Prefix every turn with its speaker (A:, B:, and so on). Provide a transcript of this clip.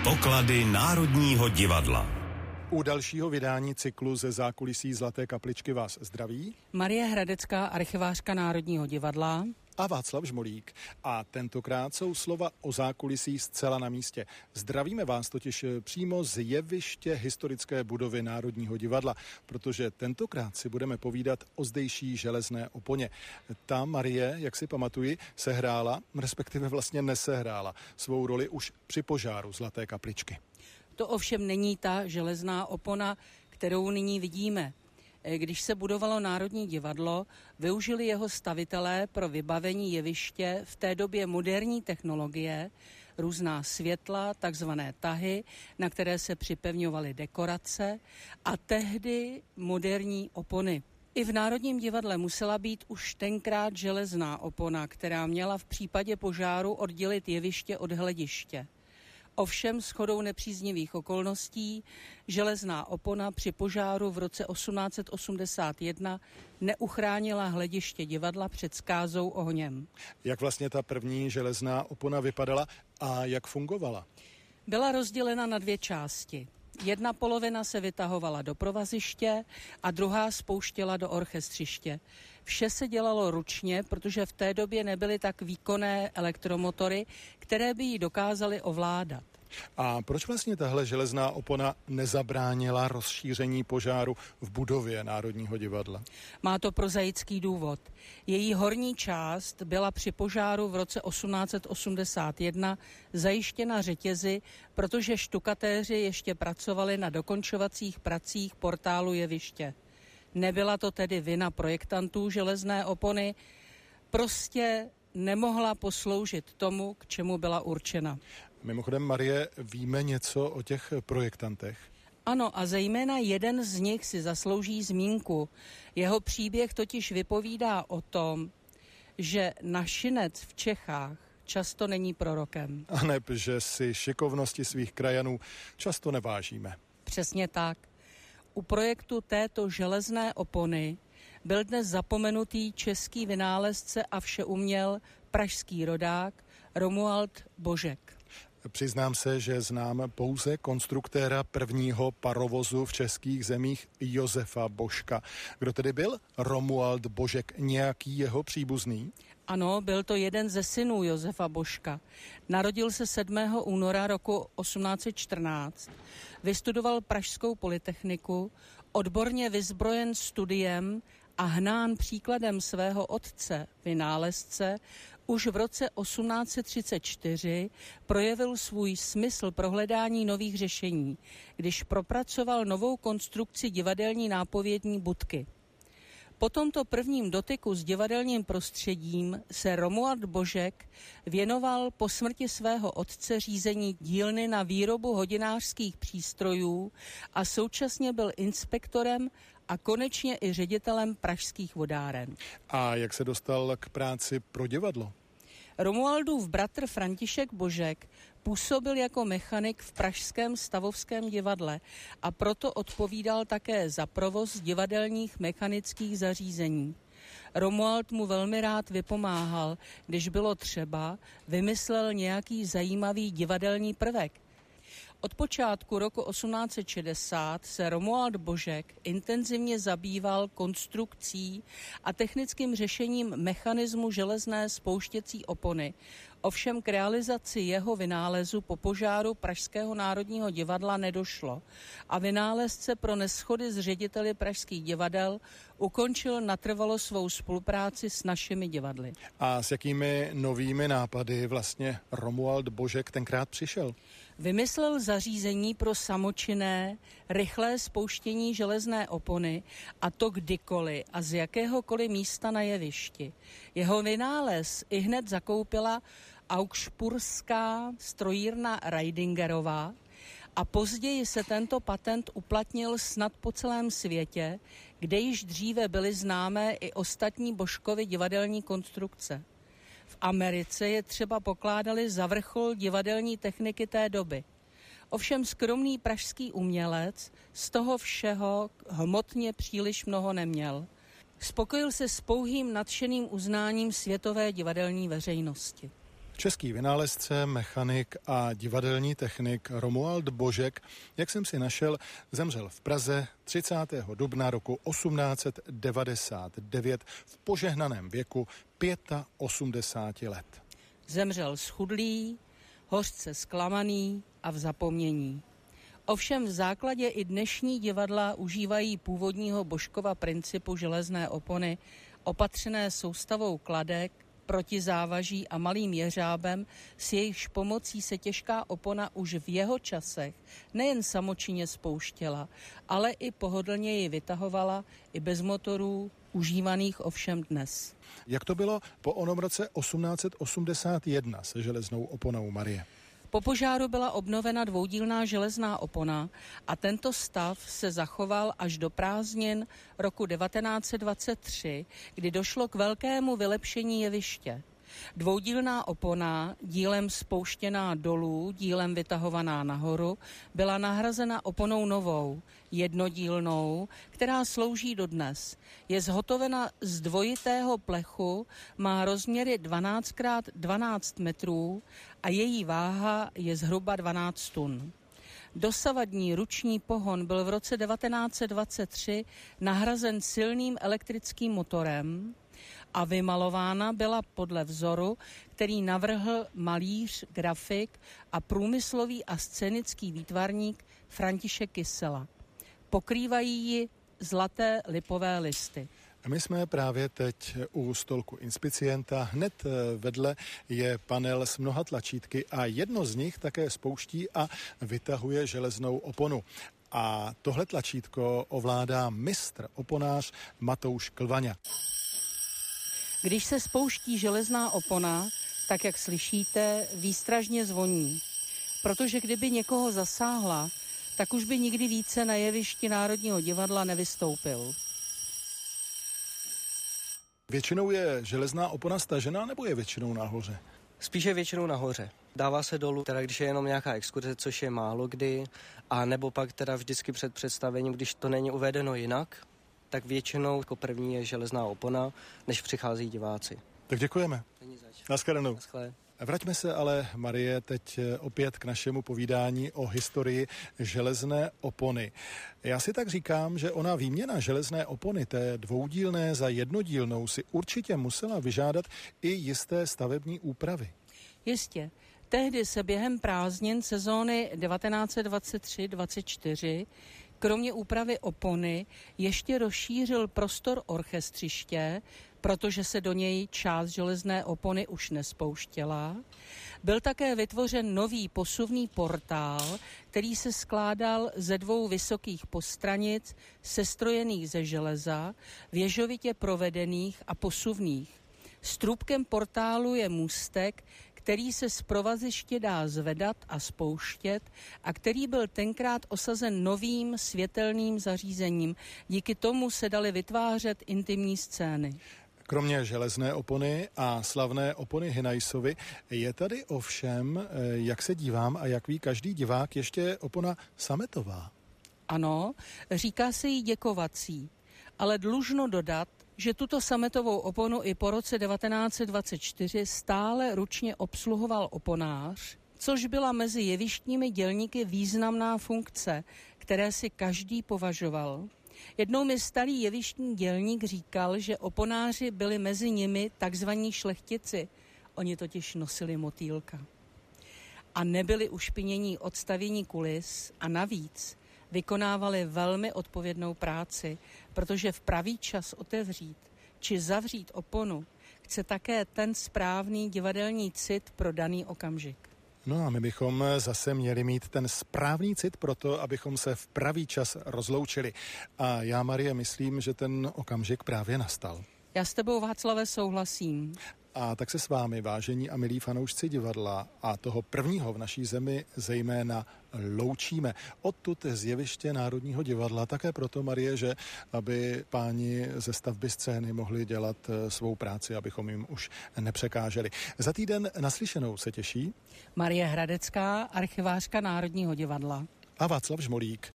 A: Poklady Národního divadla.
B: U dalšího vydání cyklu Ze zákulisí Zlaté kapličky vás zdraví
C: Marie Hradecká, archivářka Národního divadla,
B: a Václav Žmolík. A tentokrát jsou slova o zákulisí zcela na místě. Zdravíme vás totiž přímo z jeviště historické budovy Národního divadla, protože tentokrát si budeme povídat o zdejší železné oponě. Ta Marie, jak si pamatuji, sehrála, respektive vlastně nesehrála svou roli už při požáru Zlaté kapličky.
C: To ovšem není ta železná opona, kterou nyní vidíme. Když se budovalo Národní divadlo, využili jeho stavitelé pro vybavení jeviště v té době moderní technologie, různá světla, takzvané tahy, na které se připevňovaly dekorace a tehdy moderní opony. I v Národním divadle musela být už tenkrát železná opona, která měla v případě požáru oddělit jeviště od hlediště. Ovšem shodou nepříznivých okolností železná opona při požáru v roce 1881 neuchránila hlediště divadla před zkázou ohněm.
B: Jak vlastně ta první železná opona vypadala a jak fungovala?
C: Byla rozdělena na dvě části. Jedna polovina se vytahovala do provaziště a druhá spouštěla do orchestřiště. Vše se dělalo ručně, protože v té době nebyly tak výkonné elektromotory, které by ji dokázaly ovládat.
B: A proč vlastně tahle železná opona nezabránila rozšíření požáru v budově Národního divadla?
C: Má to prozaický důvod. Její horní část byla při požáru v roce 1881 zajištěna řetězy, protože štukatéři ještě pracovali na dokončovacích pracích portálu jeviště. Nebyla to tedy vina projektantů železné opony, prostě nemohla posloužit tomu, k čemu byla určena.
B: Mimochodem, Marie, víme něco o těch projektantech?
C: Ano, a zejména jeden z nich si zaslouží zmínku. Jeho příběh totiž vypovídá o tom, že našinec v Čechách často není prorokem.
B: A neb, že si šikovnosti svých krajanů často nevážíme.
C: Přesně tak. U projektu této železné opony byl dnes zapomenutý český vynálezce a všeuměl pražský rodák Romuald Božek.
B: Přiznám se, že znám pouze konstruktéra prvního parovozu v českých zemích Josefa Božka. Kdo tedy byl Romuald Božek? Nějaký jeho příbuzný?
C: Ano, byl to jeden ze synů Josefa Božka. Narodil se 7. února roku 1814. Vystudoval Pražskou polytechniku, odborně vyzbrojen studiem a hnán příkladem svého otce, vynálezce, už v roce 1834 projevil svůj smysl pro hledání nových řešení, když propracoval novou konstrukci divadelní nápovědní budky. Po tomto prvním dotyku s divadelním prostředím se Romuald Božek věnoval po smrti svého otce řízení dílny na výrobu hodinářských přístrojů a současně byl inspektorem a konečně i ředitelem pražských vodáren.
B: A jak se dostal k práci pro divadlo?
C: Romualdův bratr František Božek působil jako mechanik v pražském Stavovském divadle a proto odpovídal také za provoz divadelních mechanických zařízení. Romuald mu velmi rád vypomáhal, když bylo třeba, vymyslel nějaký zajímavý divadelní prvek. Od počátku roku 1860 se Romuald Božek intenzivně zabýval konstrukcí a technickým řešením mechanismu železné spouštěcí opony. Ovšem k realizaci jeho vynálezu po požáru Pražského národního divadla nedošlo a vynálezce pro neshody s řediteli pražských divadel ukončil natrvalo svou spolupráci s našimi divadly.
B: A s jakými novými nápady vlastně Romuald Božek tenkrát přišel?
C: Vymyslel zařízení pro samočinné, rychlé spouštění železné opony, a to kdykoliv a z jakéhokoliv místa na jevišti. Jeho vynález ihned zakoupila augsburská strojírna Reidingerová a později se tento patent uplatnil snad po celém světě, kde již dříve byly známé i ostatní Božkovy divadelní konstrukce. V Americe je třeba pokládali za vrchol divadelní techniky té doby. Ovšem skromný pražský umělec z toho všeho hmotně příliš mnoho neměl. Spokojil se s pouhým nadšeným uznáním světové divadelní veřejnosti.
B: Český vynálezce, mechanik a divadelní technik Romuald Božek, jak jsem si našel, zemřel v Praze 30. dubna roku 1899 v požehnaném věku 85 let.
C: Zemřel schudlý, hořce zklamaný a v zapomnění. Ovšem v základě i dnešní divadla užívají původního Božkova principu železné opony, opatřené soustavou kladek, protizávaží a malým jeřábem, s jejichž pomocí se těžká opona už v jeho časech nejen samočinně spouštěla, ale i pohodlněji vytahovala i bez motorů, užívaných ovšem dnes.
B: Jak to bylo po onom roce 1881 se železnou oponou, Marie?
C: Po požáru byla obnovena dvoudílná železná opona a tento stav se zachoval až do prázdnin roku 1923, kdy došlo k velkému vylepšení jeviště. Dvoudílná opona, dílem spouštěná dolů, dílem vytahovaná nahoru, byla nahrazena oponou novou, jednodílnou, která slouží dodnes. Je zhotovena z dvojitého plechu, má rozměry 12x12 metrů a její váha je zhruba 12 tun. Dosavadní ruční pohon byl v roce 1923 nahrazen silným elektrickým motorem a vymalována byla podle vzoru, který navrhl malíř, grafik a průmyslový a scénický výtvarník František Kysela. Pokrývají ji zlaté lipové listy.
B: My jsme právě teď u stolku inspicienta. Hned vedle je panel s mnoha tlačítky a jedno z nich také spouští a vytahuje železnou oponu. A tohle tlačítko ovládá mistr oponář Matouš Klvaňa.
C: Když se spouští železná opona, tak jak slyšíte, výstražně zvoní. Protože kdyby někoho zasáhla, tak už by nikdy více na jevišti Národního divadla nevystoupil.
B: Většinou je železná opona stažená nebo je většinou nahoře?
D: Spíše většinou nahoře. Dává se dolů, teda když je jenom nějaká exkurze, což je málo kdy, a nebo pak teda vždycky před představením, když to není uvedeno jinak, tak většinou jako první je železná opona, než přichází diváci.
B: Tak děkujeme. Naschledanou.
D: Naschle.
B: Vraťme se ale, Marie, teď opět k našemu povídání o historii železné opony. Já si tak říkám, že ona výměna železné opony, té dvoudílné za jednodílnou, si určitě musela vyžádat i jisté stavební úpravy.
C: Jistě. Tehdy se během prázdnin sezóny 1923-24 kromě úpravy opony ještě rozšířil prostor orchestřiště, protože se do něj část železné opony už nespouštěla. Byl také vytvořen nový posuvný portál, který se skládal ze dvou vysokých postranic sestrojených ze železa, věžovitě provedených a posuvných. Strůbkem portálu je můstek, který se z provaziště dá zvedat a spouštět a který byl tenkrát osazen novým světelným zařízením. Díky tomu se daly vytvářet intimní scény.
B: Kromě železné opony a slavné opony Hynajsovy je tady ovšem, jak se dívám a jak ví každý divák, ještě opona sametová.
C: Ano, říká se jí děkovací, ale dlužno dodat, že tuto sametovou oponu i po roce 1924 stále ručně obsluhoval oponář, což byla mezi jevištními dělníky významná funkce, které si každý považoval. Jednou mi starý jevištní dělník říkal, že oponáři byli mezi nimi takzvaní šlechtici. Oni totiž nosili motýlka. A nebyli ušpinění od stavění kulis a navíc vykonávali velmi odpovědnou práci, protože v pravý čas otevřít či zavřít oponu chce také ten správný divadelní cit pro daný okamžik.
B: No a my bychom zase měli mít ten správný cit pro to, abychom se v pravý čas rozloučili. A já, Marie, myslím, že ten okamžik právě nastal.
C: Já s tebou, Václave, souhlasím.
B: A tak se s vámi, vážení a milí fanoušci divadla a toho prvního v naší zemi zejména loučíme. Odtud z jeviště Národního divadla, také proto, Marie, že aby páni ze stavby scény mohli dělat svou práci, abychom jim už nepřekáželi. Za týden naslyšenou se těší
C: Marie Hradecká, archivářka Národního divadla.
B: a Václav Žmolík.